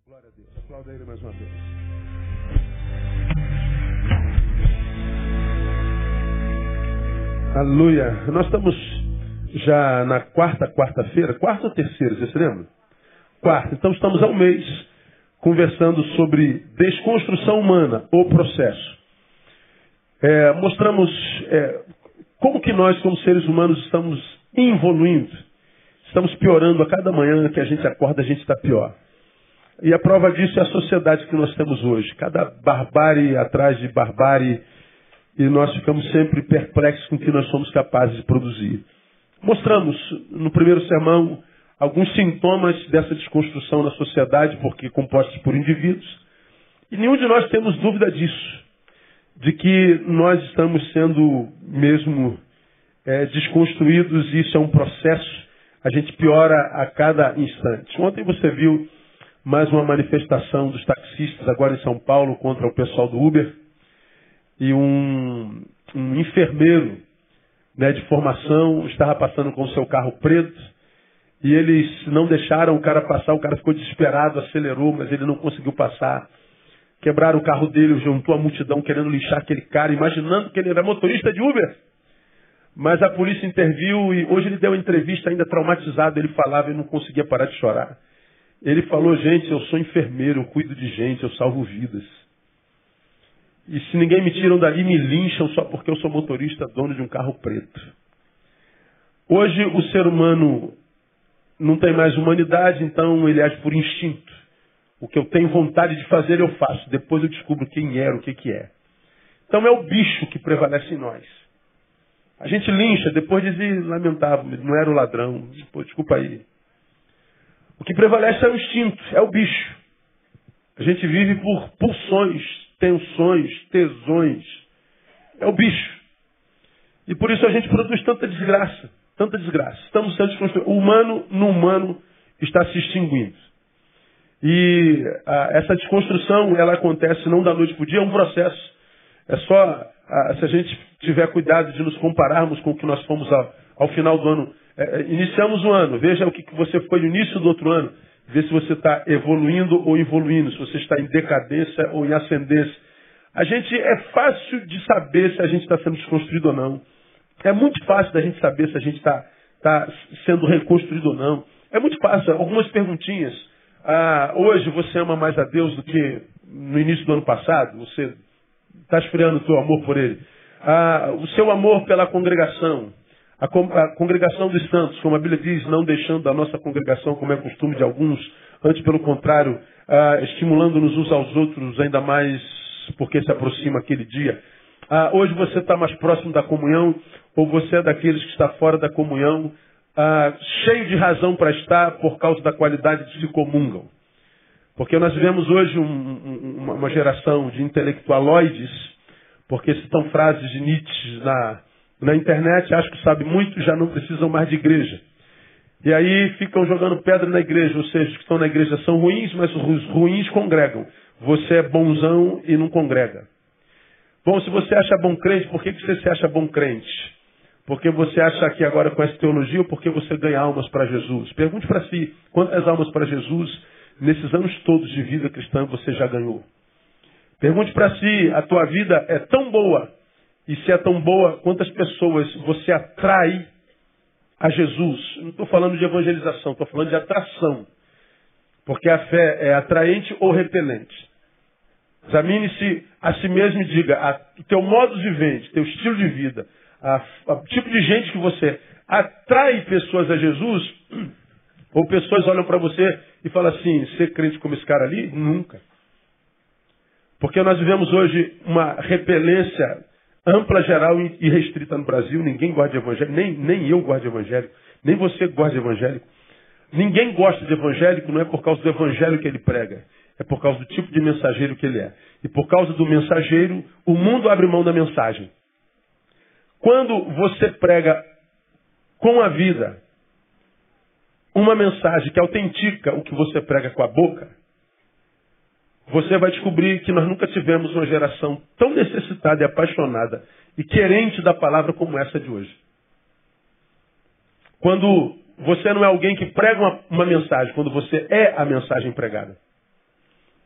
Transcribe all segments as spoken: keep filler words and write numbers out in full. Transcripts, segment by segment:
Glória a Deus. Aplauda ele mais uma vez. Aleluia. Nós estamos já na quarta quarta-feira. Quarta ou terceira, você se lembra? Quarta. Então estamos há um mês conversando sobre desconstrução humana, ou processo. É, mostramos é, como que nós, como seres humanos, estamos evoluindo. Estamos piorando a cada manhã que a gente acorda, a gente está pior. E a prova disso é a sociedade que nós temos hoje. Cada barbárie atrás de barbárie, e nós ficamos sempre perplexos com o que nós somos capazes de produzir. Mostramos no primeiro sermão alguns sintomas dessa desconstrução na sociedade, porque compostos por indivíduos. E nenhum de nós temos dúvida disso, de que nós estamos sendo mesmo é, desconstruídos, e isso é um processo. A gente piora a cada instante. Ontem você viu mais uma manifestação dos taxistas agora em São Paulo contra o pessoal do Uber. E um, um enfermeiro, né, de formação estava passando com o seu carro preto. E eles não deixaram o cara passar. O cara ficou desesperado, acelerou, mas ele não conseguiu passar. Quebraram o carro dele, juntou a multidão querendo linchar aquele cara, imaginando que ele era motorista de Uber. Mas a polícia interviu e hoje ele deu uma entrevista ainda traumatizado. Ele falava e não conseguia parar de chorar. Ele falou: gente, eu sou enfermeiro, eu cuido de gente, eu salvo vidas. E se ninguém me tiram dali, me lincham só porque eu sou motorista, dono de um carro preto. Hoje o ser humano não tem mais humanidade, então ele age por instinto. O que eu tenho vontade de fazer, eu faço. Depois eu descubro quem era, o que que é. Então é o bicho que prevalece em nós. A gente lincha, depois diz, lamentável, não era o ladrão. Pô, desculpa aí. O que prevalece é o instinto, é o bicho. A gente vive por pulsões, tensões, tesões. É o bicho. E por isso a gente produz tanta desgraça, tanta desgraça. Estamos sendo desconstruídos. O humano no humano está se extinguindo. E a, essa desconstrução, ela acontece não da noite para o dia, é um processo. É só, a, se a gente tiver cuidado de nos compararmos com o que nós fomos ao, ao final do ano. É, iniciamos o ano, veja o que, que você foi no início do outro ano. Vê se você está evoluindo ou evoluindo, se você está em decadência ou em ascendência. A gente, é fácil de saber se a gente está sendo desconstruído ou não. É muito fácil da gente saber se a gente está tá sendo reconstruído ou não. É muito fácil. Algumas perguntinhas. Ah, hoje você ama mais a Deus do que no início do ano passado? Você está esfriando o seu amor por Ele? Ah, o seu amor pela congregação. A, con a congregação dos santos, como a Bíblia diz, não deixando a nossa congregação como é costume de alguns, antes pelo contrário, ah, estimulando-nos uns aos outros ainda mais porque se aproxima aquele dia. Ah, hoje você está mais próximo da comunhão, ou você é daqueles que está fora da comunhão, ah, cheio de razão para estar por causa da qualidade de se comungam. Porque nós vivemos hoje um, um, uma geração de intelectualoides, porque citam frases de Nietzsche na, na internet, acho que sabe muito, já não precisam mais de igreja. E aí ficam jogando pedra na igreja, ou seja, os que estão na igreja são ruins, mas os ruins congregam. Você é bonzão e não congrega. Bom, se você acha bom crente, por que que você se acha bom crente? Porque você acha que agora com essa teologia ou porque você ganha almas para Jesus? Pergunte para si, quantas almas para Jesus nesses anos todos de vida cristã você já ganhou? Pergunte para si, a tua vida é tão boa, e se é tão boa, quantas pessoas você atrai a Jesus? Não estou falando de evangelização, estou falando de atração. Porque a fé é atraente ou repelente. Examine-se a si mesmo e diga, a, o teu modo de vivente, teu estilo de vida, o tipo de gente que você atrai pessoas a Jesus, ou pessoas olham para você e falam assim, ser crente como esse cara ali? Nunca. Porque nós vivemos hoje uma repelência ampla, geral e restrita no Brasil. Ninguém gosta de evangélico, nem, nem eu gosto de evangélico, nem você gosta de evangélico. Ninguém gosta de evangélico, não é por causa do evangelho que ele prega, é por causa do tipo de mensageiro que ele é. E por causa do mensageiro, o mundo abre mão da mensagem. Quando você prega com a vida uma mensagem que autentica o que você prega com a boca, você vai descobrir que nós nunca tivemos uma geração tão necessitada e apaixonada e querente da palavra como essa de hoje. Quando você não é alguém que prega uma, uma mensagem, quando você é a mensagem pregada.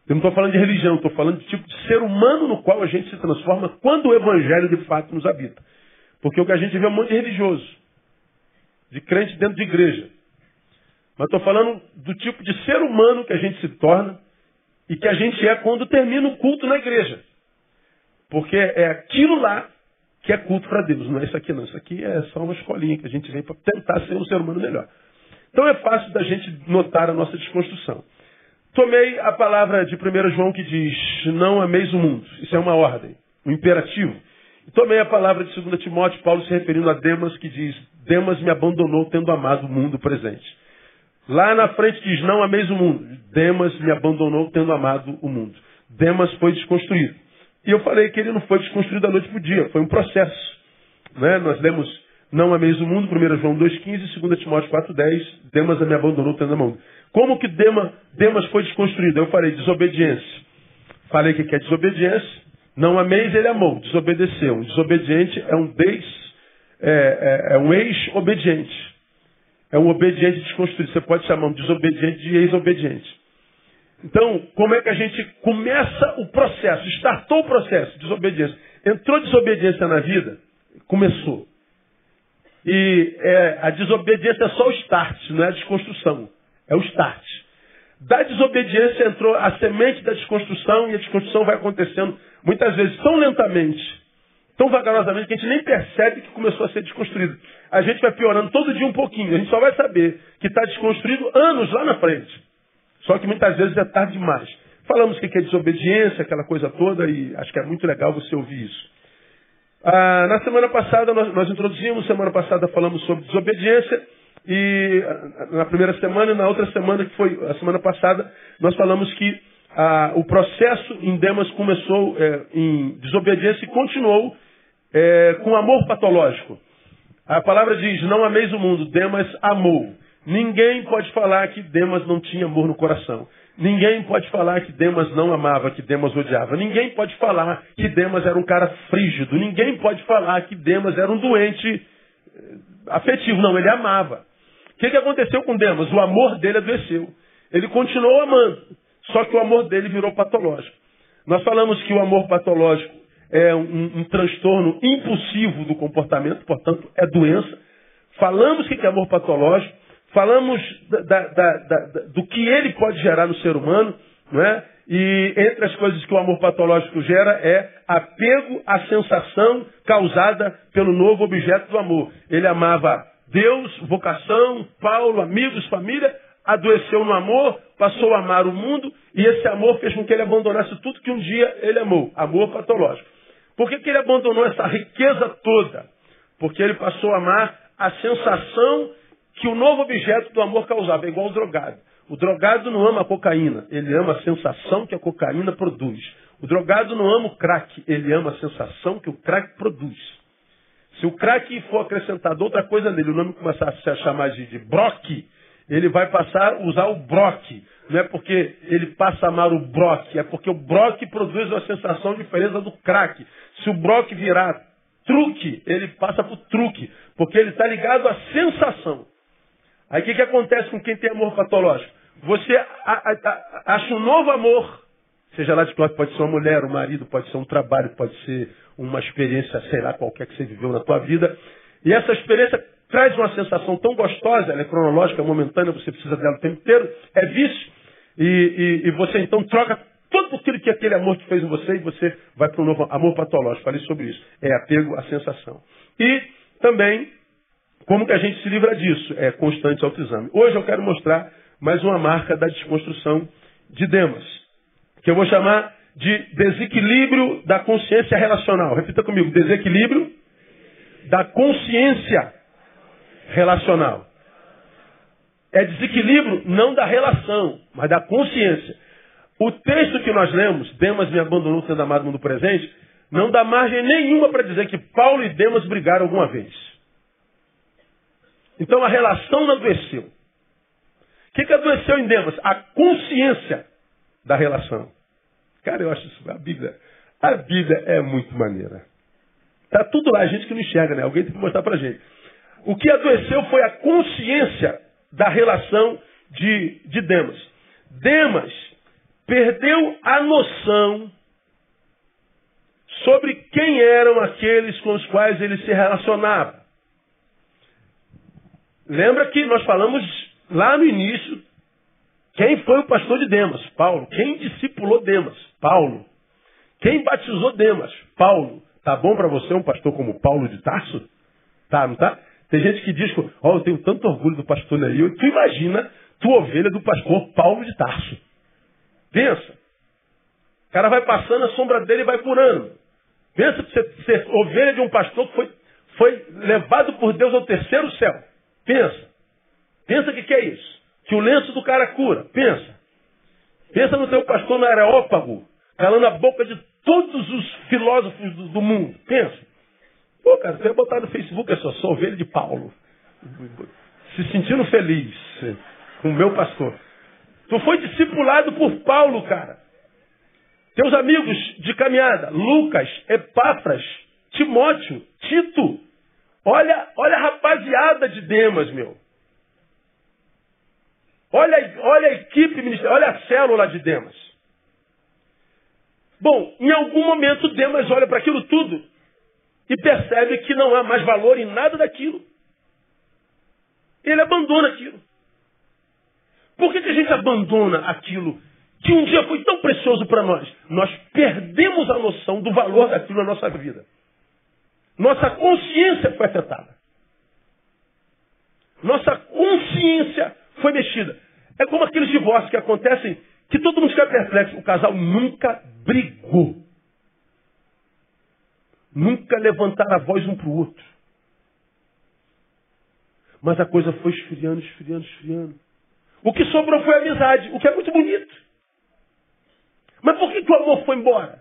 Eu não estou falando de religião, estou falando de tipo de ser humano no qual a gente se transforma quando o evangelho de fato nos habita. Porque o que a gente vê é um monte de religioso, de crente dentro de igreja. Mas estou falando do tipo de ser humano que a gente se torna e que a gente é quando termina o culto na igreja. Porque é aquilo lá que é culto para Deus. Não é isso aqui não. Isso aqui é só uma escolinha que a gente vem para tentar ser um ser humano melhor. Então é fácil da gente notar a nossa desconstrução. Tomei a palavra de primeiro João que diz, não ameis o mundo. Isso é uma ordem, um imperativo. E tomei a palavra de dois Timóteo, Paulo se referindo a Demas, que diz, Demas me abandonou tendo amado o mundo presente. Lá na frente diz, não ameis o mundo. Demas me abandonou tendo amado o mundo. Demas foi desconstruído. E eu falei que ele não foi desconstruído da noite para o dia, foi um processo. Né? Nós lemos, não ameis o mundo, primeiro João dois quinze, dois Timóteo quatro dez, Demas me abandonou tendo amado o mundo. Como que Demas, Demas foi desconstruído? Eu falei, desobediência. Falei que é desobediência. Não ameis, ele amou, desobedeceu. Um desobediente é um des, é, é, é um ex-obediente. É um obediente desconstruído. Você pode chamar um desobediente de ex-obediente. Então, como é que a gente começa o processo? Startou o processo de desobediência. Entrou desobediência na vida? Começou. E é, a desobediência é só o start, não é a desconstrução. É o start. Da desobediência entrou a semente da desconstrução e a desconstrução vai acontecendo muitas vezes tão lentamente, tão vagarosamente que a gente nem percebe que começou a ser desconstruído. A gente vai piorando todo dia um pouquinho. A gente só vai saber que está desconstruído anos lá na frente. Só que muitas vezes é tarde demais. Falamos que é desobediência, aquela coisa toda, e acho que é muito legal você ouvir isso. Ah, na semana passada, nós, nós introduzimos, semana passada falamos sobre desobediência, e na primeira semana e na outra semana, que foi a semana passada, nós falamos que ah, o processo em Demas começou é, em desobediência e continuou é, com amor patológico. A palavra diz, não ameis o mundo, Demas amou. Ninguém pode falar que Demas não tinha amor no coração. Ninguém pode falar que Demas não amava, que Demas odiava. Ninguém pode falar que Demas era um cara frígido. Ninguém pode falar que Demas era um doente afetivo. Não, ele amava. O que, que aconteceu com Demas? O amor dele adoeceu. Ele continuou amando, só que o amor dele virou patológico. Nós falamos que o amor patológico é um, um transtorno impulsivo do comportamento, portanto, é doença. Falamos que é amor patológico. Falamos da, da, da, da, do que ele pode gerar no ser humano, não é? E entre as coisas que o amor patológico gera é apego à sensação causada pelo novo objeto do amor. Ele amava Deus, vocação, Paulo, amigos, família, adoeceu no amor, passou a amar o mundo e esse amor fez com que ele abandonasse tudo que um dia ele amou. Amor patológico. Por que, que ele abandonou essa riqueza toda? Porque ele passou a amar a sensação que o novo objeto do amor causava, é igual o drogado. O drogado não ama a cocaína, ele ama a sensação que a cocaína produz. O drogado não ama o crack, ele ama a sensação que o crack produz. Se o crack for acrescentado outra coisa nele, o nome começar a se chamar de, de broc, ele vai passar a usar o broc. Não é porque ele passa a amar o broc, é porque o broc produz uma sensação diferente do crack. Se o broc virar truque, ele passa para o truque, porque ele está ligado à sensação. Aí o que, que acontece com quem tem amor patológico? Você a, a, a, acha um novo amor, seja lá de claro, pode ser uma mulher, um marido, pode ser um trabalho, pode ser uma experiência, sei lá, qualquer que você viveu na tua vida. E essa experiência traz uma sensação tão gostosa, ela é cronológica, momentânea, você precisa dela o tempo inteiro, é vício. E, e, e você então troca tudo aquilo que aquele amor te fez em você e você vai para um novo amor patológico. Falei sobre isso. É apego à sensação. E também, como que a gente se livra disso? É constante autoexame. Hoje eu quero mostrar mais uma marca da desconstrução de Demas, que eu vou chamar de desequilíbrio da consciência relacional. Repita comigo, desequilíbrio da consciência relacional. É desequilíbrio não da relação, mas da consciência. O texto que nós lemos, Demas me abandonou sendo amado no mundo presente, não dá margem nenhuma para dizer que Paulo e Demas brigaram alguma vez. Então a relação não adoeceu. O que, que adoeceu em Demas? A consciência da relação. Cara, eu acho isso, a Bíblia, a Bíblia é muito maneira. Está tudo lá, a gente que não enxerga, né? Alguém tem que mostrar para a gente. O que adoeceu foi a consciência da relação de, de Demas. Demas perdeu a noção sobre quem eram aqueles com os quais ele se relacionava. Lembra que nós falamos lá no início quem foi o pastor de Demas? Paulo. Quem discipulou Demas? Paulo. Quem batizou Demas? Paulo. Tá bom para você um pastor como Paulo de Tarso? Tá, não tá? Tem gente que diz, ó, oh, eu tenho tanto orgulho do pastor Neil. Tu imagina, tu ovelha do pastor Paulo de Tarso. Pensa. O cara vai passando, a sombra dele vai curando. Pensa que você ser ovelha de um pastor que foi, foi levado por Deus ao terceiro céu. Pensa. Pensa o que, que é isso. Que o lenço do cara cura. Pensa. Pensa no teu pastor no Areópago, calando a boca de todos os filósofos do, do mundo. Pensa. Pô, cara, você vai botar no Facebook, é só, sou ovelha de Paulo. Se sentindo feliz com o meu pastor. Tu foi discipulado por Paulo, cara. Teus amigos de caminhada, Lucas, Epáfras, Timóteo, Tito. Olha, olha a rapaziada de Demas, meu. Olha, olha a equipe ministerial, olha a célula de Demas. Bom, em algum momento Demas olha para aquilo tudo e percebe que não há mais valor em nada daquilo. Ele abandona aquilo. Por que, que a gente abandona aquilo que um dia foi tão precioso para nós? Nós perdemos a noção do valor daquilo na nossa vida. Nossa consciência foi afetada. Nossa consciência foi mexida. É como aqueles divórcios que acontecem que todo mundo fica perplexo. O casal nunca brigou. Nunca levantaram a voz um para o outro. Mas a coisa foi esfriando, esfriando, esfriando. O que sobrou foi a amizade, o que é muito bonito. Mas por que, que o amor foi embora?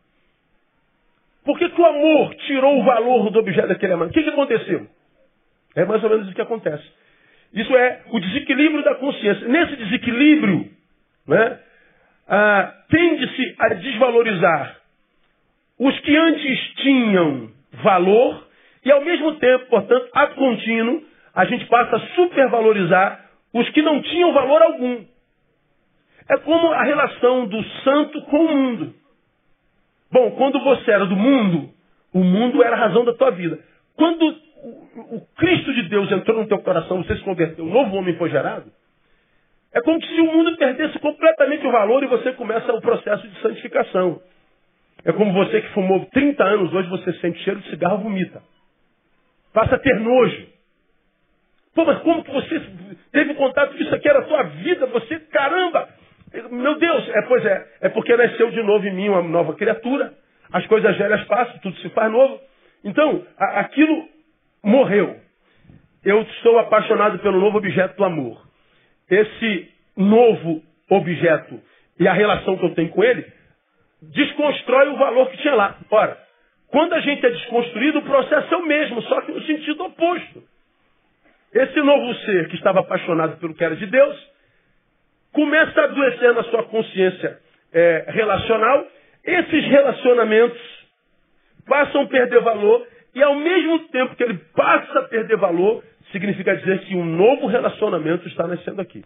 Por que, que o amor tirou o valor do objeto daquele amor? O que, que aconteceu? É mais ou menos o que acontece. Isso é o desequilíbrio da consciência. Nesse desequilíbrio, né, ah, tende-se a desvalorizar os que antes tinham valor e, ao mesmo tempo, portanto, a contínuo, a gente passa a supervalorizar os que não tinham valor algum. É como a relação do santo com o mundo. Bom, quando você era do mundo, o mundo era a razão da tua vida. Quando o, o Cristo de Deus entrou no teu coração, você se converteu, um novo homem foi gerado, é como se o mundo perdesse completamente o valor e você começa o processo de santificação. É como você que fumou trinta anos, hoje você sente cheiro de cigarro, vomita. Passa a ter nojo. Pô, mas como que você teve contato com isso aqui? Era a tua vida, você, caramba! Meu Deus, é, pois é, é porque nasceu de novo em mim uma nova criatura. As coisas velhas passam, tudo se faz novo. Então, a, aquilo morreu. Eu estou apaixonado pelo novo objeto do amor. Esse novo objeto e a relação que eu tenho com ele desconstrói o valor que tinha lá. Ora, quando a gente é desconstruído, o processo é o mesmo, só que no sentido oposto. Esse novo ser que estava apaixonado pelo que era de Deus começa a adoecer na sua consciência é, relacional. Esses relacionamentos passam a perder valor e, ao mesmo tempo que ele passa a perder valor, significa dizer que um novo relacionamento está nascendo aqui.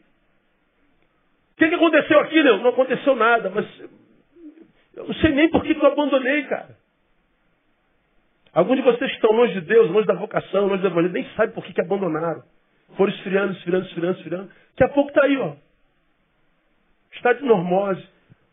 O que, que aconteceu aqui, Deus? Não aconteceu nada, mas eu não sei nem por que eu abandonei, cara. Alguns de vocês que estão longe de Deus, longe da vocação, longe do evangelho, nem sabem por que, que abandonaram. Foram esfriando, esfriando, esfriando, esfriando. Daqui a pouco está aí, ó. Está de normose.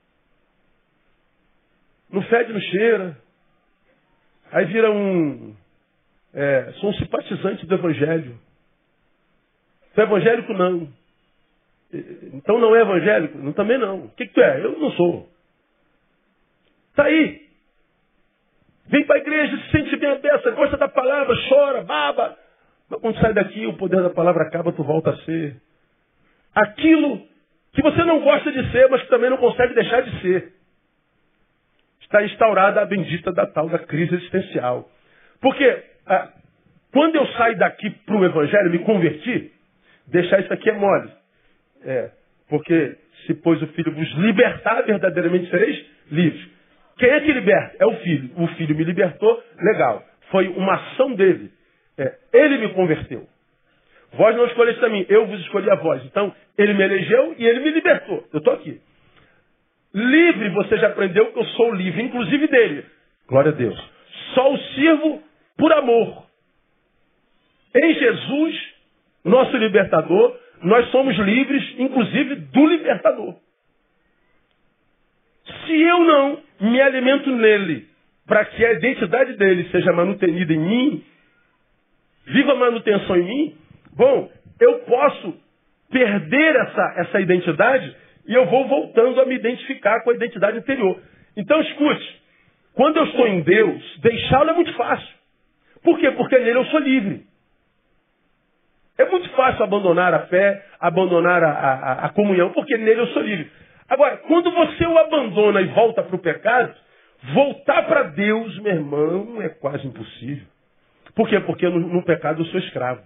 Não fede, não cheira. Aí vira um... É, sou um simpatizante do evangelho. Tu é evangélico? Não. Então não é evangélico? Não, também não. O que, que tu é? Eu não sou. Está aí. Vem para a igreja, se sente bem a beça, gosta da palavra, chora, baba. Mas quando sai daqui, o poder da palavra acaba, tu volta a ser aquilo que você não gosta de ser, mas que também não consegue deixar de ser. Está instaurada a bendita da tal da crise existencial. Porque ah, quando eu saio daqui para o evangelho, me converti, deixar isso aqui é mole. É, porque se pois o Filho vos libertar, verdadeiramente sereis livres. Quem é que liberta? É o Filho. O Filho me libertou, legal. Foi uma ação dele. É, ele me converteu. Vós não escolheste a mim, eu vos escolhi a vós. Então, ele me elegeu e ele me libertou. Eu estou aqui. Livre, você já aprendeu que eu sou livre, inclusive dele. Glória a Deus. Só o sirvo por amor. Em Jesus, nosso libertador, nós somos livres, inclusive do libertador. Se eu não me alimento nele, para que a identidade dele seja manutenida em mim, viva a manutenção em mim, bom, eu posso perder essa, essa identidade e eu vou voltando a me identificar com a identidade anterior. Então, escute, quando eu estou em Deus, deixá-lo é muito fácil. Por quê? Porque nele eu sou livre. É muito fácil abandonar a fé, abandonar a, a, a comunhão, porque nele eu sou livre. Agora, quando você o abandona e volta para o pecado, voltar para Deus, meu irmão, é quase impossível. Por quê? Porque no, no pecado eu sou escravo.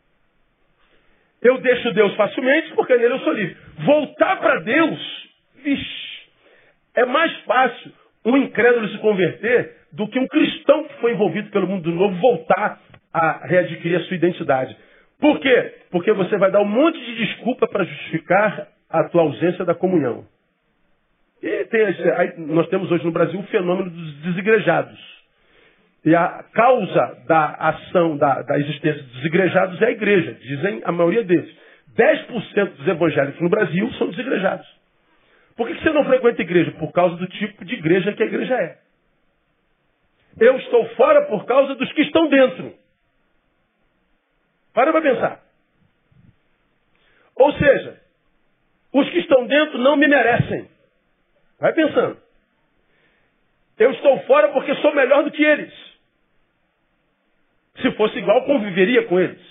Eu deixo Deus facilmente porque nele eu sou livre. Voltar para Deus, vixe, é mais fácil um incrédulo se converter do que um cristão que foi envolvido pelo mundo novo voltar a readquirir a sua identidade. Por quê? Porque você vai dar um monte de desculpa para justificar a tua ausência da comunhão. E tem, aí nós temos hoje no Brasil o fenômeno dos desigrejados. E a causa da ação, da, da existência dos desigrejados é a igreja, dizem a maioria deles. dez por cento dos evangélicos no Brasil são desigrejados. Por que você não frequenta a igreja? Por causa do tipo de igreja que a igreja é. Eu estou fora por causa dos que estão dentro. Para para pensar. Ou seja, os que estão dentro não me merecem. Vai pensando. Eu estou fora porque sou melhor do que eles. Se fosse igual, conviveria com eles.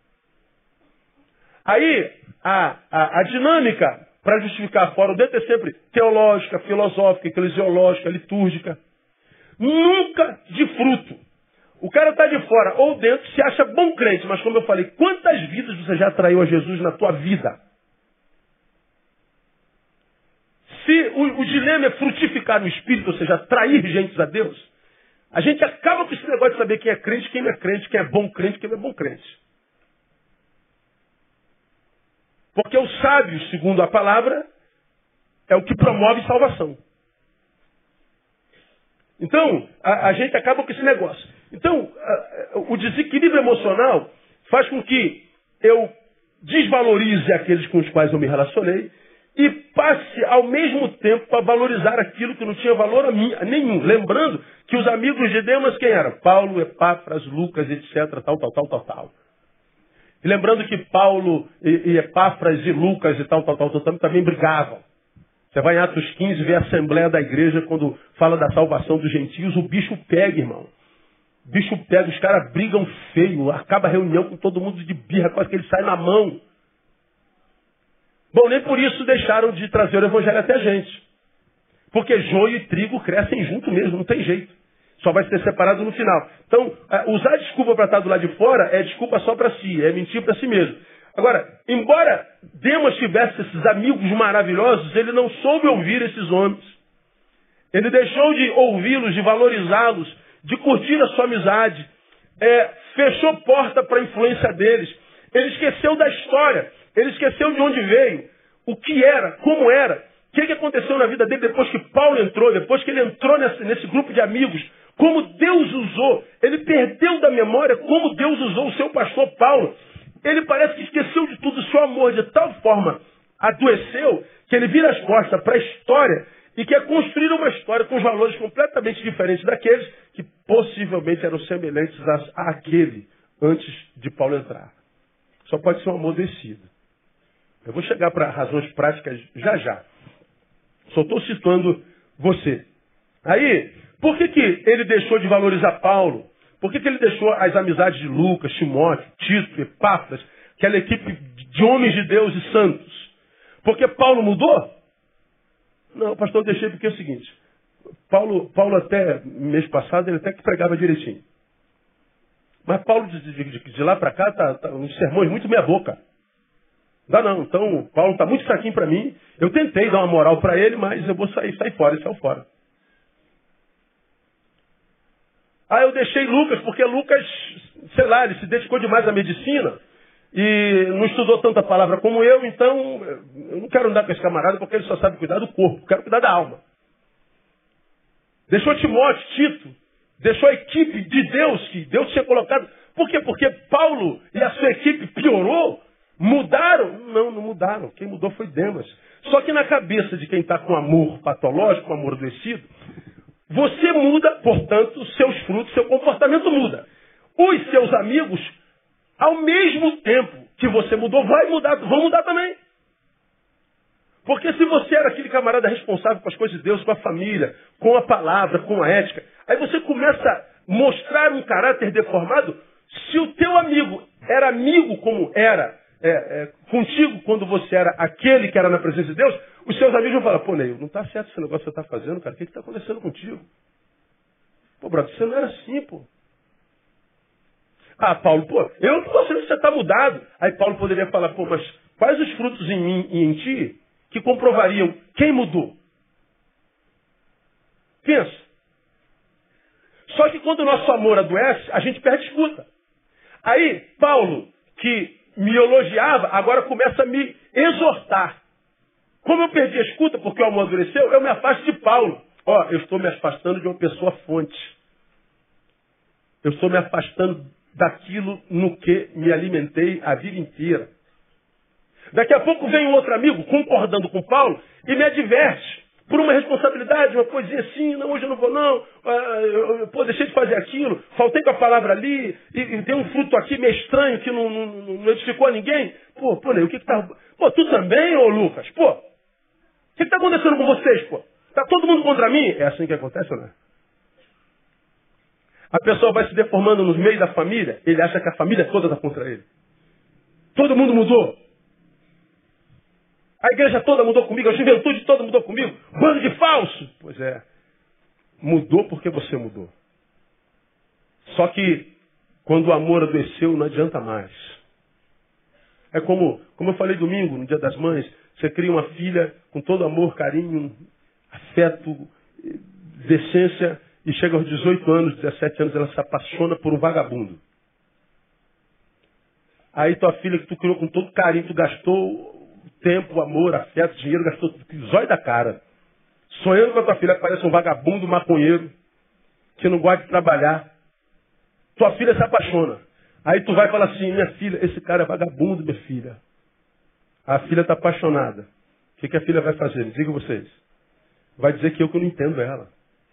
Aí, a, a, a dinâmica para justificar fora o dentro é sempre teológica, filosófica, eclesiológica, litúrgica. Nunca de fruto. O cara está de fora ou dentro, se acha bom crente, mas como eu falei, quantas vidas você já atraiu a Jesus na tua vida? Se o, o dilema é frutificar no Espírito, ou seja, atrair gente a Deus, a gente acaba com esse negócio de saber quem é crente, quem não é crente, quem é bom crente, quem não é bom crente. Porque o sábio, segundo a palavra, é o que promove salvação. Então, a, a gente acaba com esse negócio. Então, a, a, o desequilíbrio emocional faz com que eu desvalorize aqueles com os quais eu me relacionei e passe ao mesmo tempo a valorizar aquilo que não tinha valor a mim, a nenhum. Lembrando que os amigos de Demas quem eram? Paulo, Epáfras, Lucas, etcétera, tal, tal, tal, tal, tal. E lembrando que Paulo e, e Epáfras e Lucas e tal, tal, tal, tal, também brigavam. Você vai em Atos quinze ver a Assembleia da Igreja quando fala da salvação dos gentios, o bicho pega, irmão. O bicho pega, os caras brigam feio, acaba a reunião com todo mundo de birra, quase que ele sai na mão. Bom, nem por isso deixaram de trazer o Evangelho até a gente. Porque joio e trigo crescem junto mesmo, não tem jeito. Só vai ser separado no final. Então, usar desculpa para estar do lado de fora é desculpa só para si, é mentir para si mesmo. Agora, embora Demas tivesse esses amigos maravilhosos, ele não soube ouvir esses homens. Ele deixou de ouvi-los, de valorizá-los, de curtir a sua amizade. É, fechou porta para a influência deles. Ele esqueceu da história. Ele esqueceu de onde veio, o que era, como era, o que, que aconteceu na vida dele depois que Paulo entrou, depois que ele entrou nesse, nesse grupo de amigos, como Deus usou. Ele perdeu da memória como Deus usou o seu pastor Paulo. Ele parece que esqueceu de tudo, o seu amor de tal forma adoeceu que ele vira as costas para a história e quer construir uma história com valores completamente diferentes daqueles que possivelmente eram semelhantes a, àquele antes de Paulo entrar. Só pode ser um amor descido. Eu vou chegar para razões práticas já já. Só estou citando você. Aí, por que, que ele deixou de valorizar Paulo? Por que, que ele deixou as amizades de Lucas, Timóteo, Tito, Epáfras, aquela equipe de homens de Deus e santos? Porque Paulo mudou? Não, pastor, eu deixei porque é o seguinte. Paulo, Paulo até mês passado, ele até que pregava direitinho. Mas Paulo, de, de, de, de lá para cá, está tá, uns sermões muito meia boca. Não dá não. Então, Paulo está muito fraquinho para mim. Eu tentei dar uma moral para ele, mas eu vou sair, sair fora, ele saiu fora. Ah, eu deixei Lucas, porque Lucas, sei lá, ele se dedicou demais à medicina. e não estudou tanta palavra como eu, então eu não quero andar com esse camarada porque ele só sabe cuidar do corpo, eu quero cuidar da alma. Deixou Timóteo, Tito, deixou a equipe de Deus, que Deus tinha colocado. Por quê? Porque Paulo e a sua equipe piorou, mudaram? Não, não mudaram. Quem mudou foi Demas. Só que na cabeça de quem está com amor patológico, amor adoecido, você muda, portanto, seus frutos, seu comportamento muda. Os seus amigos, ao mesmo tempo que você mudou, vai mudar, vão mudar também. Porque se você era aquele camarada responsável com as coisas de Deus, com a família, com a palavra, com a ética, aí você começa a mostrar um caráter deformado. Se o teu amigo era amigo como era é, é, contigo quando você era aquele que era na presença de Deus, os seus amigos vão falar, pô, Neil, não está certo esse negócio que você está fazendo, cara. O que está acontecendo contigo? Pô, brother, você não era assim, pô. Ah, Paulo, pô, eu não estou achando que você está mudado. Aí Paulo poderia falar, pô, mas quais os frutos em mim e em ti que comprovariam quem mudou? Pensa. Só que quando o nosso amor adoece, a gente perde escuta. Aí, Paulo, que me elogiava, agora começa a me exortar. Como eu perdi a escuta porque o amor adoeceu, eu me afasto de Paulo. Ó, eu estou me afastando de uma pessoa fonte. Eu estou me afastando daquilo no que me alimentei a vida inteira. Daqui a pouco vem um outro amigo, concordando com Paulo, e me adverte. Por uma responsabilidade, uma coisinha assim, não, hoje eu não vou não, ah, eu, eu, pô, deixei de fazer aquilo, faltei com a palavra ali, e, e tem um fruto aqui meio estranho que não, não, não edificou a ninguém. Pô, pô, Ney, o que que tá... Pô, tu também, ô Lucas? Pô, o que que tá acontecendo com vocês, pô? Tá todo mundo contra mim? É assim que acontece, ou não é? A pessoa vai se deformando no meio da família, ele acha que a família toda está contra ele. Todo mundo mudou. A igreja toda mudou comigo, a juventude toda mudou comigo. Bando de falso. Pois é. Mudou porque você mudou. Só que quando o amor adoeceu, não adianta mais. É como, como eu falei domingo, no Dia das Mães, você cria uma filha com todo amor, carinho, afeto, decência, e chega aos dezoito anos, dezessete anos, ela se apaixona por um vagabundo. Aí tua filha que tu criou com todo carinho, tu gastou tempo, amor, afeto, dinheiro, gastou tudo, zóio da cara. Sonhando com a tua filha, parece um vagabundo maconheiro, que não gosta de trabalhar. Tua filha se apaixona. Aí tu vai e fala assim, minha filha, esse cara é vagabundo, minha filha. A filha está apaixonada. O que, que a filha vai fazer? Me digam vocês. Vai dizer que eu que não entendo ela.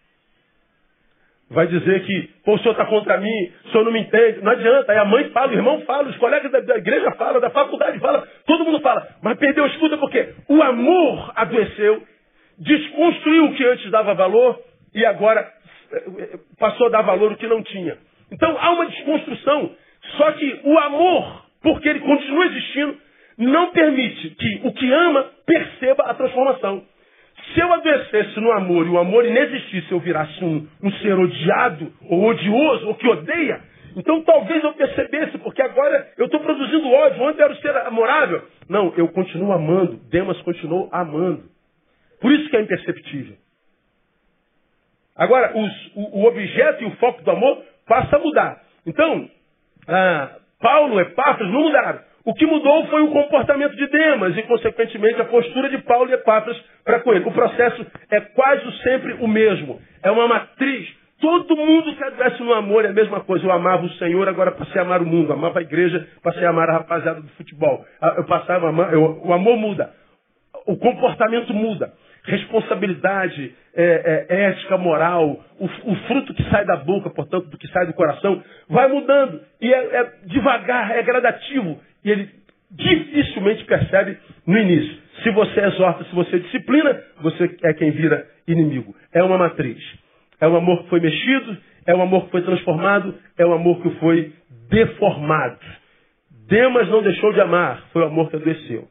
Vai dizer que, pô, o senhor está contra mim, o senhor não me entende. Não adianta. Aí a mãe fala, o irmão fala, os colegas da, da igreja falam, da faculdade falam, todo mundo fala. Mas perdeu a escuta porque o amor adoeceu, desconstruiu o que antes dava valor e agora passou a dar valor o que não tinha. Então há uma desconstrução. Só que o amor, porque ele continua existindo, não permite que o que ama perceba a transformação. Se eu adoecesse no amor e o amor inexistisse, eu virasse um, um ser odiado, ou odioso, ou que odeia, então talvez eu percebesse, porque agora eu estou produzindo ódio, ontem eu era o ser amorável. Não, eu continuo amando, Demas continuou amando. Por isso que é imperceptível. Agora, os, o, o objeto e o foco do amor passa a mudar. Então, ah, Paulo e Epáfras não mudaram. O que mudou foi o comportamento de Demas e, consequentemente, a postura de Paulo e Epáfras para com ele. O processo é quase sempre o mesmo. É uma matriz. Todo mundo que adoece no amor é a mesma coisa. Eu amava o Senhor, agora passei a amar o mundo. Amava a igreja, passei a amar a rapaziada do futebol. Eu passava a amar, eu, o amor muda. O comportamento muda. Responsabilidade, é, é, ética, moral, o, o fruto que sai da boca, portanto, do que sai do coração, vai mudando. E é, é devagar, é gradativo. E ele dificilmente percebe no início. Se você exorta, se você disciplina, você é quem vira inimigo. É uma matriz. É um amor que foi mexido, é um amor que foi transformado, é um amor que foi deformado. Demas não deixou de amar, foi o amor que adoeceu.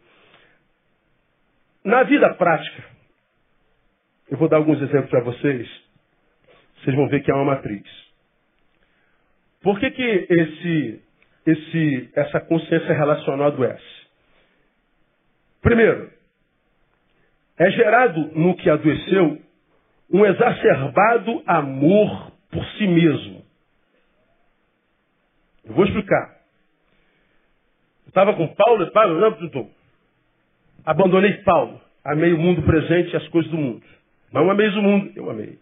Na vida prática, eu vou dar alguns exemplos para vocês, vocês vão ver que é uma matriz. Por que que esse, esse, essa consciência relacional adoece? Primeiro, é gerado no que adoeceu um exacerbado amor por si mesmo. Eu vou explicar. Estava com Paulo, Paulo, não, não, abandonei Paulo. Amei o mundo presente e as coisas do mundo. Não ameis o mundo, eu amei.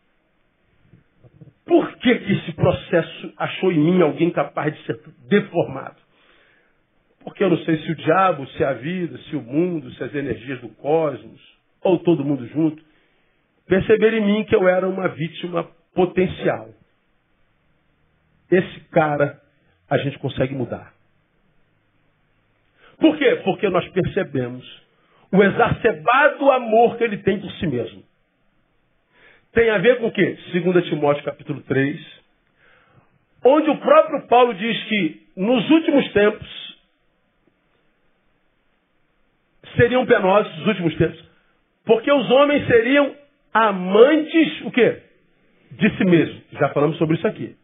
Por que que esse processo achou em mim alguém capaz de ser deformado? Porque eu não sei se o diabo, se a vida, se o mundo, se as energias do cosmos, ou todo mundo junto, perceberam em mim que eu era uma vítima potencial. Esse cara a gente consegue mudar. Por quê? Porque nós percebemos o exacerbado amor que ele tem por si mesmo. Tem a ver com o quê? Segundo Timóteo capítulo três, onde o próprio Paulo diz que nos últimos tempos seriam penosos, os últimos tempos, porque os homens seriam amantes, o quê? De si mesmo. Já falamos sobre isso aqui.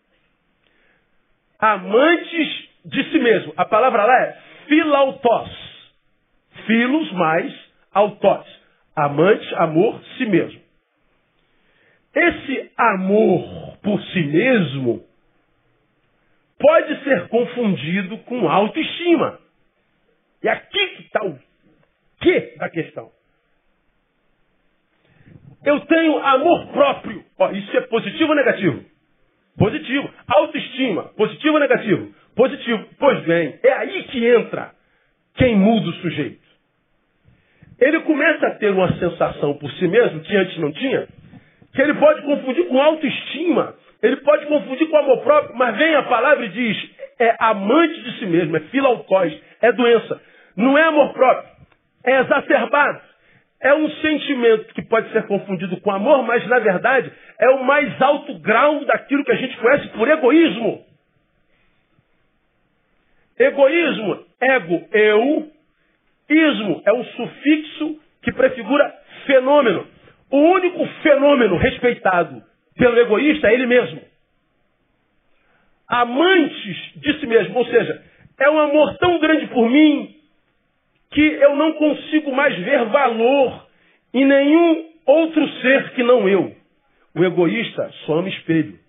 Amantes de si mesmo. A palavra lá é filautos. Filos mais autos. Amante, amor, si mesmo. Esse amor por si mesmo pode ser confundido com autoestima. E aqui que está o quê da questão. Eu tenho amor próprio. Ó, isso é positivo ou negativo? Positivo. Autoestima. Positivo ou negativo? Positivo. Pois bem, é aí que entra quem muda o sujeito. Ele começa a ter uma sensação por si mesmo, que antes não tinha, que ele pode confundir com autoestima, ele pode confundir com amor próprio, mas vem a palavra e diz, é amante de si mesmo, é filautóis, é doença. Não é amor próprio, é exacerbado. É um sentimento que pode ser confundido com amor, mas na verdade é o mais alto grau daquilo que a gente conhece por egoísmo. Egoísmo, ego, eu, ismo é um sufixo que prefigura fenômeno. O único fenômeno respeitado pelo egoísta é ele mesmo. Amantes de si mesmo, ou seja, é um amor tão grande por mim que eu não consigo mais ver valor em nenhum outro ser que não eu. O egoísta só ama espelho.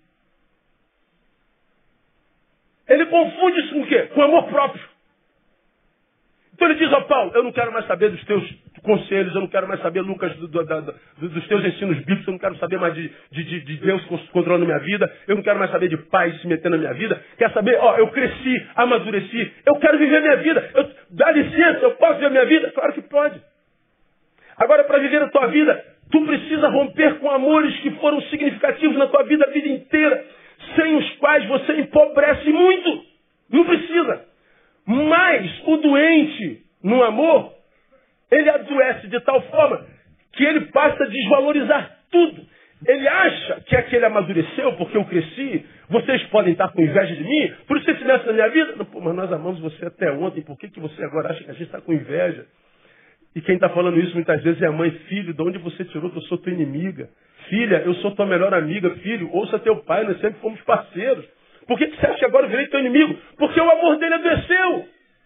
Ele confunde isso com o quê? Com amor próprio. Então ele diz ao Paulo, eu não quero mais saber dos teus conselhos, eu não quero mais saber, Lucas, do, do, do, dos teus ensinos bíblicos, eu não quero saber mais de, de, de Deus controlando minha vida, eu não quero mais saber de pais se metendo na minha vida, quer saber, ó, eu cresci, amadureci, eu quero viver minha vida, eu, dá licença, eu posso viver minha vida? Claro que pode. Agora, para viver a tua vida, tu precisa romper com amores que foram significativos na tua vida a vida inteira, sem os quais você empobrece muito. Não precisa. Mas o doente no amor, ele adoece de tal forma que ele passa a desvalorizar tudo. Ele acha que aquele amadureceu porque eu cresci, vocês podem estar com inveja de mim, por isso você mexe na minha vida. Não, pô, mas nós amamos você até ontem, por que, que você agora acha que a gente está com inveja? E quem está falando isso muitas vezes é a mãe, filho, de onde você tirou que eu sou tua inimiga? Filha, eu sou tua melhor amiga, filho, ouça teu pai, nós sempre fomos parceiros. Por que, que você acha que agora eu virei teu inimigo? Porque o amor dele adoeceu.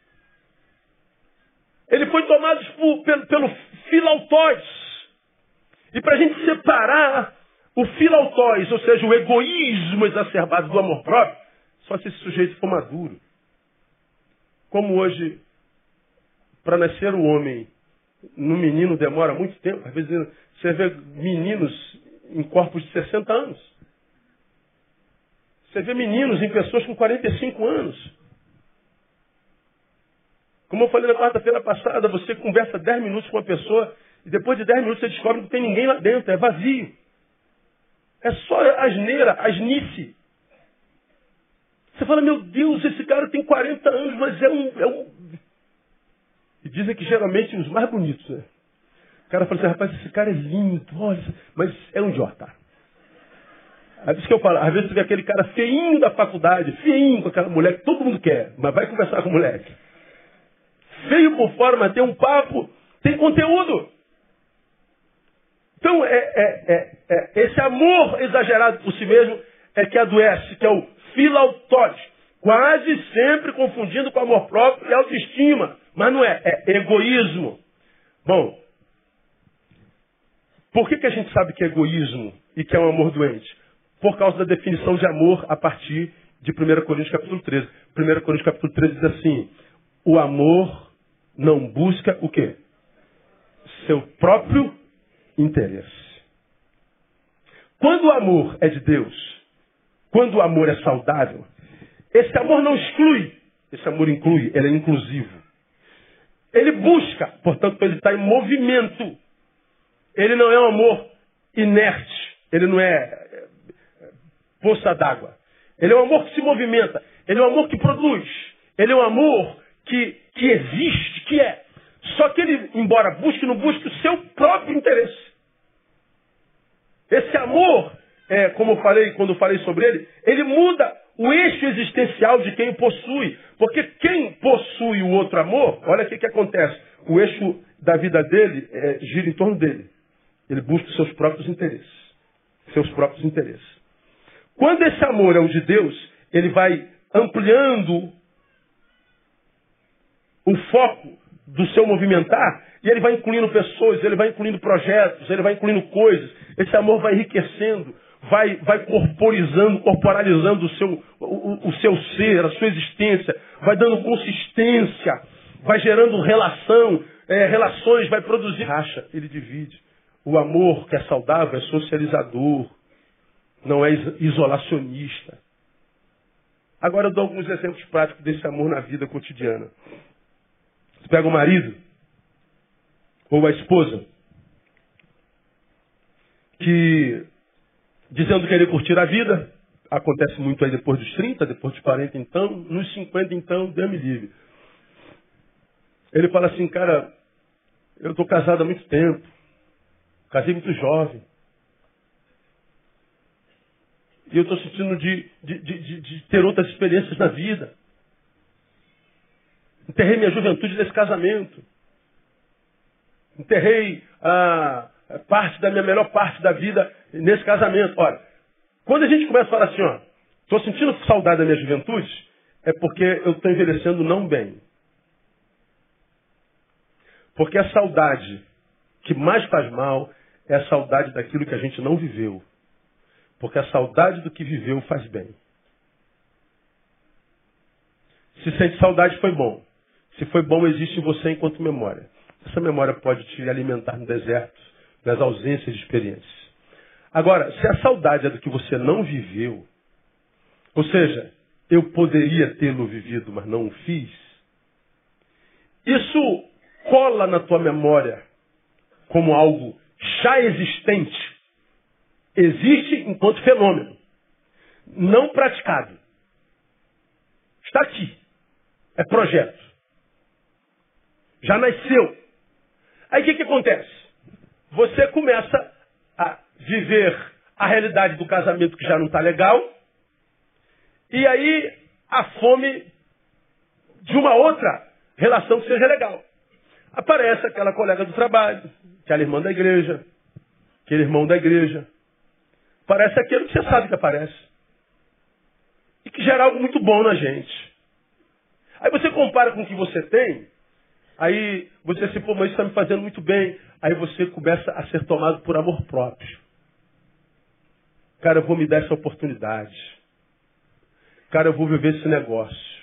Ele foi tomado por, pelo, pelo filautóis. E para a gente separar o filautóis, ou seja, o egoísmo exacerbado do amor próprio, só se esse sujeito for maduro. Como hoje, para nascer o homem, no menino demora muito tempo. Às vezes você vê meninos em corpos de sessenta anos. Você vê meninos em pessoas com quarenta e cinco anos. Como eu falei na quarta-feira passada, você conversa dez minutos com uma pessoa e depois de dez minutos você descobre que não tem ninguém lá dentro, é vazio. É só asneira, asnice. Você fala, meu Deus, esse cara tem quarenta anos, mas é um... É um... E dizem que geralmente os mais bonitos, né? O cara fala assim, rapaz, esse cara é lindo, olha, mas é um idiota. É isso que eu falo, às vezes você vê aquele cara feinho da faculdade, feinho com aquela mulher que todo mundo quer, mas vai conversar com o moleque. Feio por fora, mas tem um papo, tem conteúdo. Então, é, é, é, é, esse amor exagerado por si mesmo é que adoece, que é o filautóis, quase sempre confundindo com amor próprio e autoestima. Mas não é, é egoísmo. Bom, por que, que a gente sabe que é egoísmo e que é um amor doente? Por causa da definição de amor a partir de primeira Coríntios capítulo treze. primeira Coríntios capítulo treze diz assim, o amor não busca o quê? Seu próprio interesse. Quando o amor é de Deus, quando o amor é saudável, esse amor não exclui, esse amor inclui, ele é inclusivo. Ele busca, portanto, ele está em movimento. Ele não é um amor inerte, ele não é poça d'água. Ele é um amor que se movimenta, ele é um amor que produz, ele é um amor que, que existe, que é. Só que ele, embora busque, não busque o seu próprio interesse. Esse amor, é, como eu falei quando eu falei sobre ele, ele muda o eixo existencial de quem o possui. Porque quem possui o outro amor, olha o que, que acontece. O eixo da vida dele é, gira em torno dele. Ele busca os seus próprios interesses. Seus próprios interesses. Quando esse amor é o de Deus, ele vai ampliando o foco do seu movimentar, e ele vai incluindo pessoas, ele vai incluindo projetos, ele vai incluindo coisas. Esse amor vai enriquecendo, vai, vai corporizando, corporalizando o seu, o, o seu ser, a sua existência, vai dando consistência, vai gerando relação, é, relações, vai produzir racha, ele divide. O amor que é saudável é socializador, não é isolacionista. Agora eu dou alguns exemplos práticos desse amor na vida cotidiana. Você pega o marido, ou a esposa, que dizendo querer curtir a vida, acontece muito aí depois dos trinta, depois dos quarenta então, nos cinquenta então, Deus me livre. Ele fala assim, cara, eu estou casado há muito tempo, casei muito jovem, e eu estou sentindo de, de, de, de, de ter outras experiências na vida. Enterrei minha juventude nesse casamento. Enterrei a parte da minha melhor parte da vida nesse casamento. Olha, quando a gente começa a falar assim, ó, estou sentindo saudade da minha juventude, é porque eu estou envelhecendo não bem. Porque a saudade que mais faz mal é a saudade daquilo que a gente não viveu. Porque a saudade do que viveu faz bem. Se sente saudade, foi bom. Se foi bom, existe em você enquanto memória. Essa memória pode te alimentar no deserto, nas ausências de experiências. Agora, se a saudade é do que você não viveu, ou seja, eu poderia tê-lo vivido, mas não o fiz, isso cola na tua memória como algo já existente. Existe enquanto fenômeno, não praticado. Está aqui. É projeto. Já nasceu. Aí o que, que acontece? Você começa a viver a realidade do casamento que já não está legal, e aí a fome de uma outra relação que seja legal. Aparece aquela colega do trabalho, aquela irmã da igreja, aquele irmão da igreja. Parece aquilo que você sabe que aparece. E que gera algo muito bom na gente. Aí você compara com o que você tem, aí você se pô, mas isso está me fazendo muito bem. Aí você começa a ser tomado por amor próprio. Cara, eu vou me dar essa oportunidade. Cara, eu vou viver esse negócio.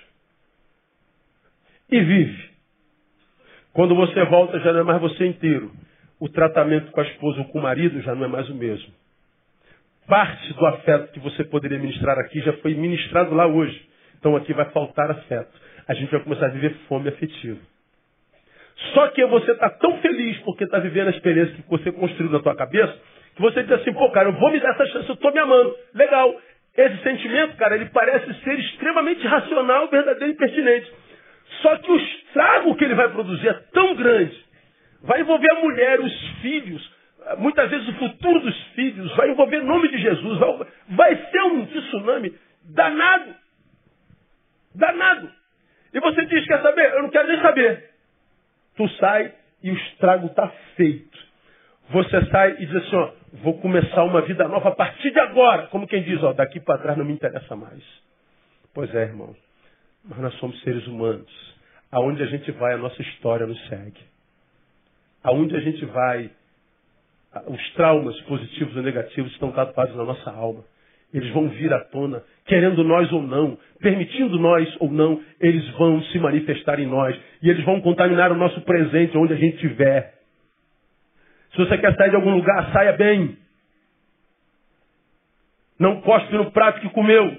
E vive. Quando você volta, já não é mais você inteiro. O tratamento com a esposa ou com o marido já não é mais o mesmo. Parte do afeto que você poderia ministrar aqui já foi ministrado lá hoje. Então aqui vai faltar afeto. A gente vai começar a viver fome afetiva. Só que você está tão feliz porque está vivendo a experiência que você construiu na tua cabeça, que você diz assim, pô, cara, eu vou me dar essa chance, eu estou me amando. Legal. Esse sentimento, cara, ele parece ser extremamente racional, verdadeiro e pertinente. Só que o estrago que ele vai produzir é tão grande. Vai envolver a mulher, os filhos, muitas vezes o futuro dos filhos, vai envolver o nome de Jesus, vai, vai ser um tsunami danado. Danado. E você diz, quer saber? Eu não quero nem saber. Tu sai e o estrago está feito. Você sai e diz assim, ó, vou começar uma vida nova a partir de agora. Como quem diz, ó, daqui para trás não me interessa mais. Pois é, irmão. Mas nós somos seres humanos. Aonde a gente vai, a nossa história nos segue. Aonde a gente vai, os traumas positivos ou negativos estão tatuados na nossa alma. eles vão vir à tona, querendo nós ou não, permitindo nós ou não, eles vão se manifestar em nós. E eles vão contaminar o nosso presente, onde a gente estiver. Se você quer sair de algum lugar, saia bem. Não cospe no prato que comeu.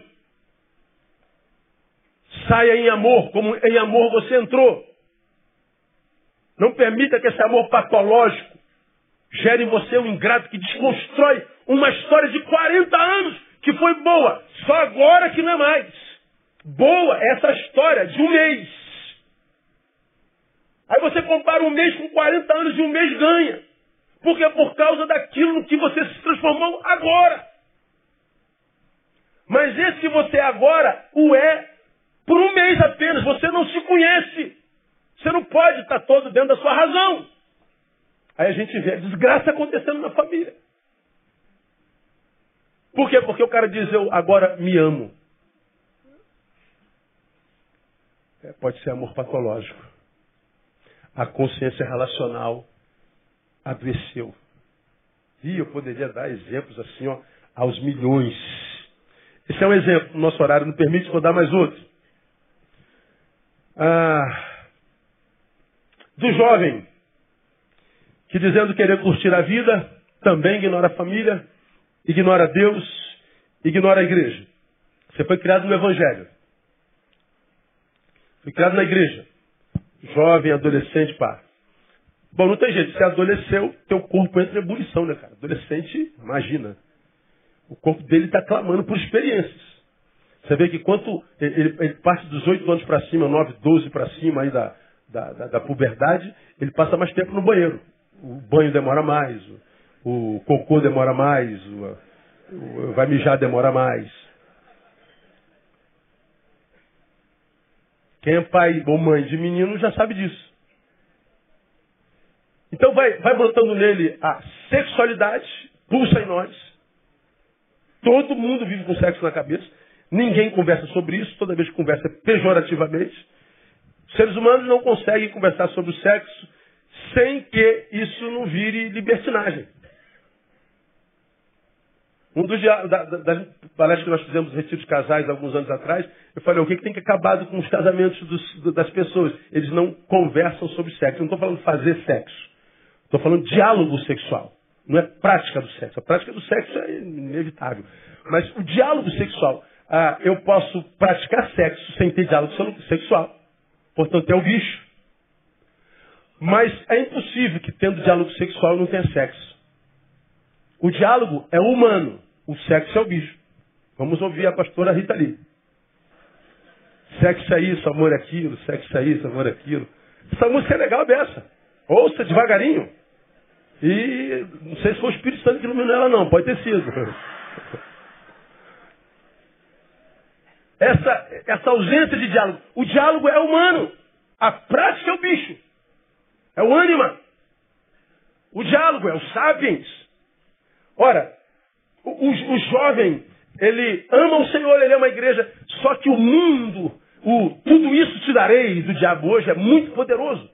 Saia em amor, como em amor você entrou. Não permita que esse amor patológico gere em você um ingrato que desconstrói uma história de quarenta anos que foi boa. Só agora que não é mais. Boa é essa história de um mês. Aí você compara um mês com quarenta anos e um mês ganha. Porque é por causa daquilo no que você se transformou agora. Mas esse que você é agora, o é por um mês apenas. Você não se conhece. Você não pode estar todo dentro da sua razão. Aí a gente vê a desgraça acontecendo na família. Por quê? Porque o cara diz, eu agora me amo. É, pode ser amor patológico. A consciência relacional adoeceu. E eu poderia dar exemplos assim, ó, aos milhões. Esse é um exemplo. O nosso horário não permite, vou dar mais outro. Ah, do jovem que, dizendo querer curtir a vida, também ignora a família, ignora Deus, ignora a igreja. Você foi criado no Evangelho. Foi criado na igreja. Jovem, adolescente, pá. Bom, não tem jeito. Você adoleceu, teu corpo entra em ebulição, né, cara? Adolescente, imagina. O corpo dele está clamando por experiências. Você vê que quanto ele, ele parte dos oito anos para cima, nove, doze para cima aí da, da, da, da puberdade, ele passa mais tempo no banheiro. O banho demora mais, o, o cocô demora mais, o, o, vai mijar demora mais. Quem é pai ou mãe de menino já sabe disso. Então vai, vai brotando nele a sexualidade, pulsa em nós. Todo mundo vive com sexo na cabeça. Ninguém conversa sobre isso. Toda vez que conversa pejorativamente. Os seres humanos não conseguem conversar sobre o sexo sem que isso não vire libertinagem. Um dos da, da, das palestras que nós fizemos no Retiro de Casais alguns anos atrás, eu falei, o que, que tem que acabar com os casamentos dos, das pessoas? Eles não conversam sobre sexo. Eu não estou falando de fazer sexo. Estou falando de diálogo sexual. Não é prática do sexo. A prática do sexo é inevitável. Mas o diálogo sexual, ah, eu posso praticar sexo sem ter diálogo sexual. Portanto, é o bicho. Mas é impossível que, tendo diálogo sexual, não tenha sexo. O diálogo é humano. O sexo é o bicho. Vamos ouvir a pastora Rita Lee. Sexo é isso, amor é aquilo. Sexo é isso, amor é aquilo. Essa música é legal, é dessa. Ouça devagarinho. E não sei se foi o Espírito Santo que iluminou ela, não. Pode ter sido. Essa, essa ausência de diálogo. O diálogo é humano. A prática é o bicho. É o ânima. O diálogo é o sapiens. Ora, o, o, o jovem, ele ama o Senhor, ele ama a igreja. Só que o mundo, o tudo isso te darei do diabo hoje é muito poderoso.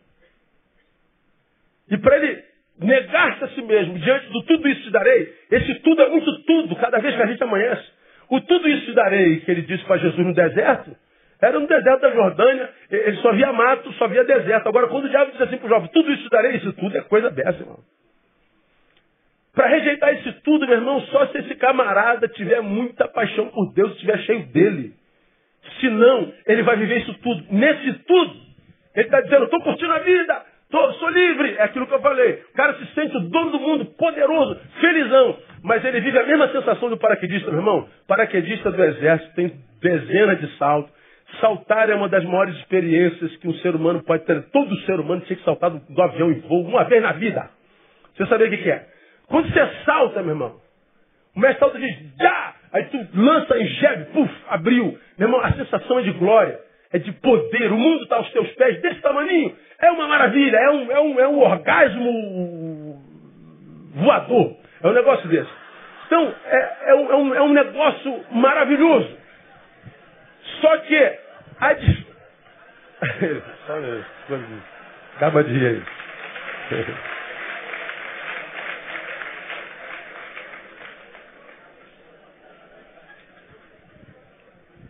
E para ele negar-se a si mesmo diante do tudo isso te darei, esse tudo é muito tudo, cada vez que a gente amanhece. O tudo isso te darei, que ele disse para Jesus no deserto, era no deserto da Jordânia, ele só via mato, só via deserto. Agora, quando o diabo diz assim para o jovem, tudo isso te darei, isso tudo é coisa dessa, irmão. Para rejeitar isso tudo, meu irmão, só se esse camarada tiver muita paixão por Deus, estiver cheio dele. Senão, ele vai viver isso tudo. Nesse tudo, ele está dizendo, estou curtindo a vida, tô, sou livre. É aquilo que eu falei. O cara se sente o dono do mundo, poderoso, felizão. Mas ele vive a mesma sensação do paraquedista, meu irmão. Paraquedista do exército tem dezenas de saltos. Saltar é uma das maiores experiências que um ser humano pode ter. Todo ser humano tinha que saltar do, do avião em voo uma vez na vida. Você sabe o que, que é? Quando você salta, meu irmão, o mestre salta diz, já! Aí tu lança em jebe, puf, abriu. Meu irmão, a sensação é de glória, é de poder. O mundo está aos teus pés desse tamaninho. É uma maravilha, é um, é um, é um orgasmo voador. É um negócio desse. Então, é, é, um, é, um, é um negócio maravilhoso. Só que a dis... Acaba de ir aí.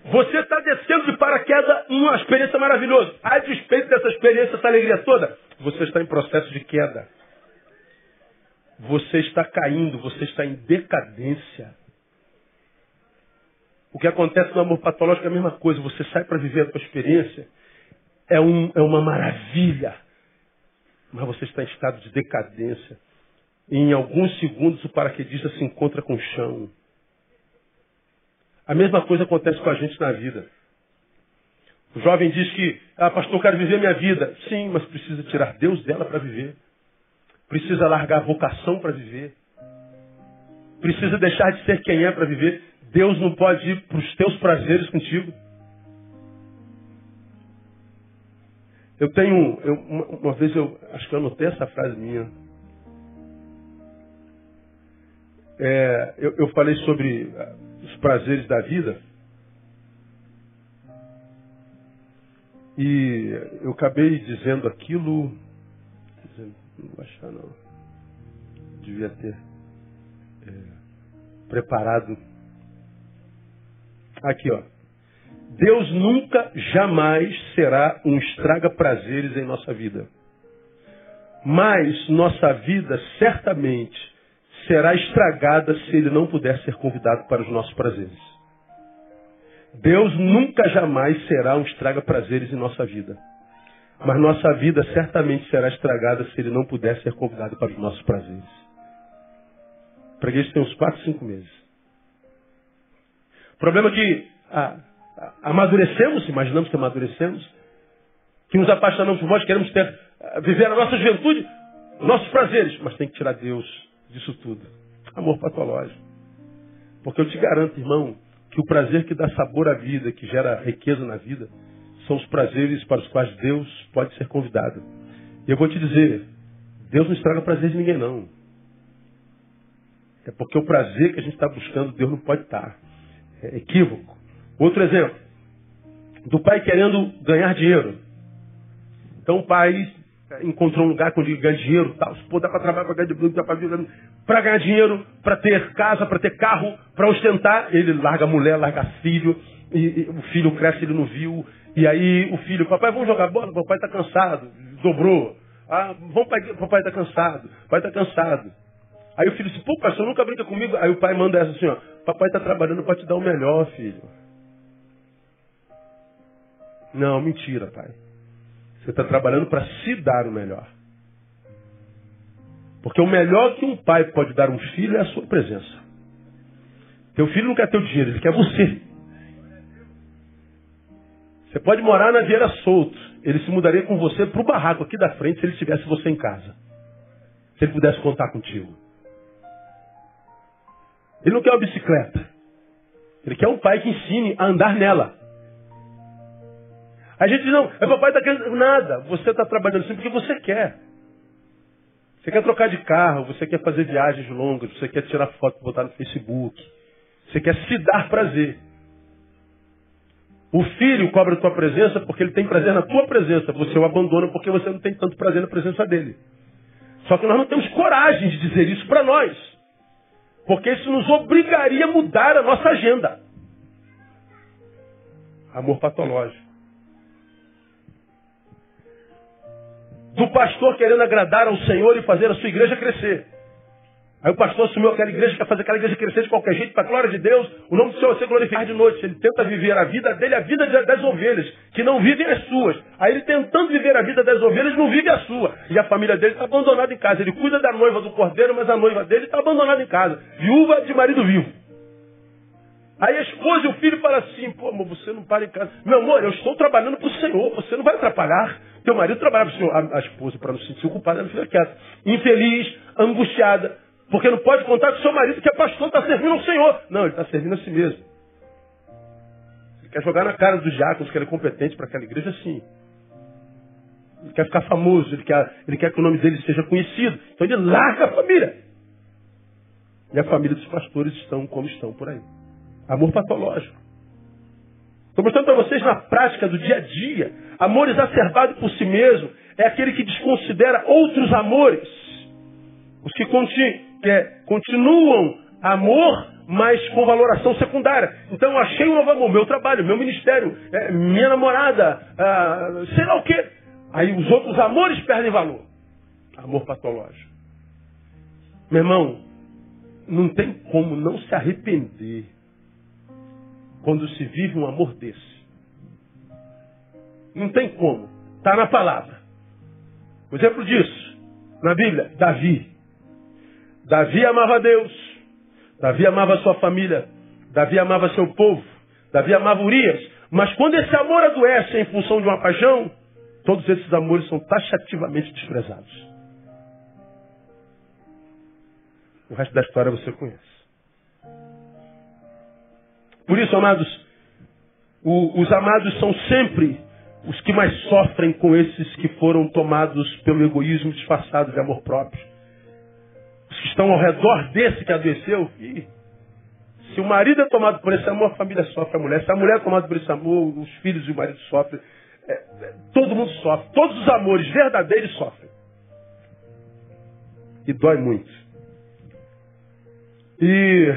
Você está descendo de paraquedas numa experiência maravilhosa. A despeito dessa experiência, essa alegria toda, você está em processo de queda. Você está caindo, você está em decadência. O que acontece no amor patológico é a mesma coisa. Você sai para viver a sua experiência, é, um, é uma maravilha. Mas você está em estado de decadência. E em alguns segundos o paraquedista se encontra com o chão. A mesma coisa acontece com a gente na vida. O jovem diz que, ah, pastor, eu quero viver a minha vida. Sim, mas precisa tirar Deus dela para viver. Precisa largar a vocação para viver. Precisa deixar de ser quem é para viver. Deus não pode ir para os teus prazeres contigo. Eu tenho, eu, uma, uma vez eu, acho que eu anotei essa frase minha. É, eu, eu falei sobre os prazeres da vida. E eu acabei dizendo aquilo. Não vou achar não. Devia ter é, preparado. Aqui, ó. Deus nunca, jamais será um estraga-prazeres em nossa vida. Mas nossa vida certamente será estragada se Ele não puder ser convidado para os nossos prazeres. Deus nunca, jamais será um estraga-prazeres em nossa vida. Mas nossa vida certamente será estragada se Ele não puder ser convidado para os nossos prazeres. Preguei isso tem uns quatro, cinco meses. O problema é que ah, amadurecemos, imaginamos que amadurecemos, que nos apaixonamos por vós, queremos ter, viver a nossa juventude, nossos prazeres, mas tem que tirar Deus disso tudo. Amor patológico. Porque eu te garanto, irmão, que o prazer que dá sabor à vida, que gera riqueza na vida, são os prazeres para os quais Deus pode ser convidado. E eu vou te dizer, Deus não estraga prazer de ninguém, não. É porque o prazer que a gente está buscando, Deus não pode estar. É equívoco. Outro exemplo, do pai querendo ganhar dinheiro. Então o pai encontrou um lugar onde ganha dinheiro, tal. Pô, dá para trabalhar para ganhar dinheiro, para ganhar dinheiro, para ter casa, para ter carro, para ostentar. Ele larga a mulher, larga filho, e, e o filho cresce, ele não viu. E aí o filho, papai, vamos jogar bola? Papai está cansado, dobrou. Ah, vamos, pai, papai está cansado, papai está cansado. Aí o filho disse, pô, pastor, nunca brinca comigo. Aí o pai manda essa assim, ó, papai está trabalhando para te dar o melhor, filho. Não, mentira, pai. Você está trabalhando para se dar o melhor. Porque o melhor que um pai pode dar a um filho é a sua presença. Teu filho não quer teu dinheiro, ele quer você. Você pode morar na Vieira Solto. Ele se mudaria com você para o barraco aqui da frente se ele tivesse você em casa. Se ele pudesse contar contigo. Ele não quer uma bicicleta. Ele quer um pai que ensine a andar nela. A gente diz, não, é papai está querendo nada. Você está trabalhando assim porque você quer. Você quer trocar de carro, você quer fazer viagens longas, você quer tirar foto e botar no Facebook. Você quer se dar prazer. O filho cobra a tua presença porque ele tem prazer na tua presença. Você o abandona porque você não tem tanto prazer na presença dele. Só que nós não temos coragem de dizer isso para nós. Porque isso nos obrigaria a mudar a nossa agenda. Amor patológico. Do pastor querendo agradar ao Senhor e fazer a sua igreja crescer. Aí o pastor assumiu aquela igreja, quer fazer aquela igreja crescer de qualquer jeito, para a glória de Deus, o nome do Senhor vai ser glorificado de noite. Ele tenta viver a vida dele, a vida das ovelhas, que não vivem as suas. Aí ele tentando viver a vida das ovelhas, não vive a sua. E a família dele está abandonada em casa. Ele cuida da noiva do cordeiro, mas a noiva dele está abandonada em casa. Viúva de marido vivo. Aí a esposa e o filho falam assim, pô, amor, você não para em casa. Meu amor, eu estou trabalhando para o Senhor, você não vai atrapalhar. Teu marido trabalha para o Senhor. A, a esposa, para não se sentir ocupada, ela fica quieta. Infeliz, angustiada, porque não pode contar com o seu marido, que é pastor, está servindo ao Senhor. Não, ele está servindo a si mesmo. Ele quer jogar na cara dos diáconos que ele é competente para aquela igreja, sim. Ele quer ficar famoso, ele quer, ele quer que o nome dele seja conhecido. Então ele larga a família. E a família dos pastores estão como estão por aí. Amor patológico. Estou mostrando para vocês na prática do dia a dia. Amor exacerbado por si mesmo é aquele que desconsidera outros amores. Os que, conti que continuam amor, mas com valoração secundária. Então eu achei um novo amor, meu trabalho, meu ministério, é, minha namorada, ah, sei lá o quê. Aí os outros amores perdem valor. Amor patológico. Meu irmão, não tem como não se arrepender quando se vive um amor desse. Não tem como. Está na palavra. Um exemplo disso, na Bíblia, Davi. Davi amava Deus. Davi amava sua família. Davi amava seu povo. Davi amava Urias. Mas quando esse amor adoece em função de uma paixão, todos esses amores são taxativamente desprezados. O resto da história você conhece. Por isso, amados, o, os amados são sempre os que mais sofrem com esses que foram tomados pelo egoísmo disfarçado de amor próprio. Os que estão ao redor desse que adoeceu. E se o marido é tomado por esse amor, a família sofre, a mulher. Se a mulher é tomada por esse amor, os filhos e o marido sofrem. É, é, todo mundo sofre. Todos os amores verdadeiros sofrem. E dói muito. E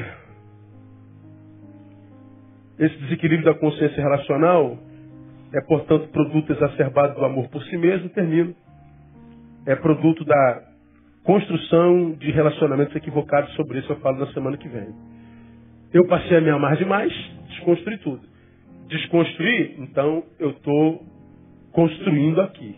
esse desequilíbrio da consciência relacional é, portanto, produto exacerbado do amor por si mesmo. Termino. É produto da construção de relacionamentos equivocados. Sobre isso eu falo na semana que vem. Eu passei a me amar demais, desconstruí tudo. Desconstruir, então eu estou construindo aqui.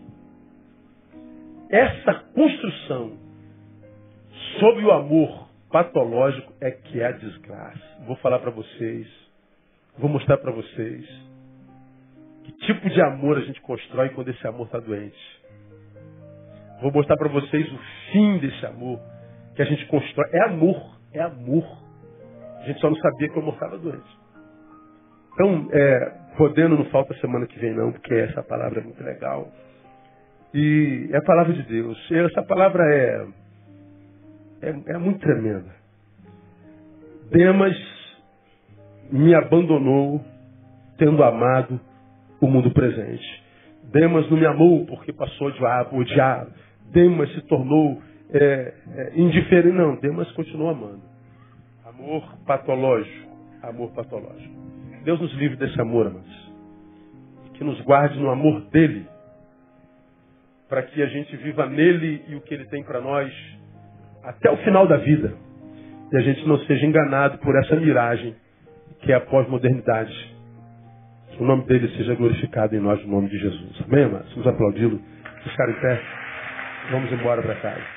Essa construção sobre o amor patológico é que é a desgraça. Vou falar para vocês, vou mostrar para vocês que tipo de amor a gente constrói quando esse amor está doente. Vou mostrar para vocês o fim desse amor que a gente constrói. É amor, é amor. A gente só não sabia que o amor estava doente. Então, é, podendo, não falta semana que vem não, porque essa palavra é muito legal. E é a palavra de Deus. E essa palavra é, é, é muito tremenda. Demas me abandonou tendo amado o mundo presente. Demas não me amou porque passou a odiar. Demas se tornou é, é, indiferente. Não, Demas continuou amando. Amor patológico. Amor patológico. Deus nos livre desse amor, amados. Que nos guarde no amor dele. Para que a gente viva nele e o que ele tem para nós até o final da vida. E a gente não seja enganado por essa miragem que é a pós-modernidade. Que o nome dele seja glorificado em nós, no nome de Jesus. Amém, amados? Vamos aplaudi-lo. Ficar em pé. Vamos embora para casa.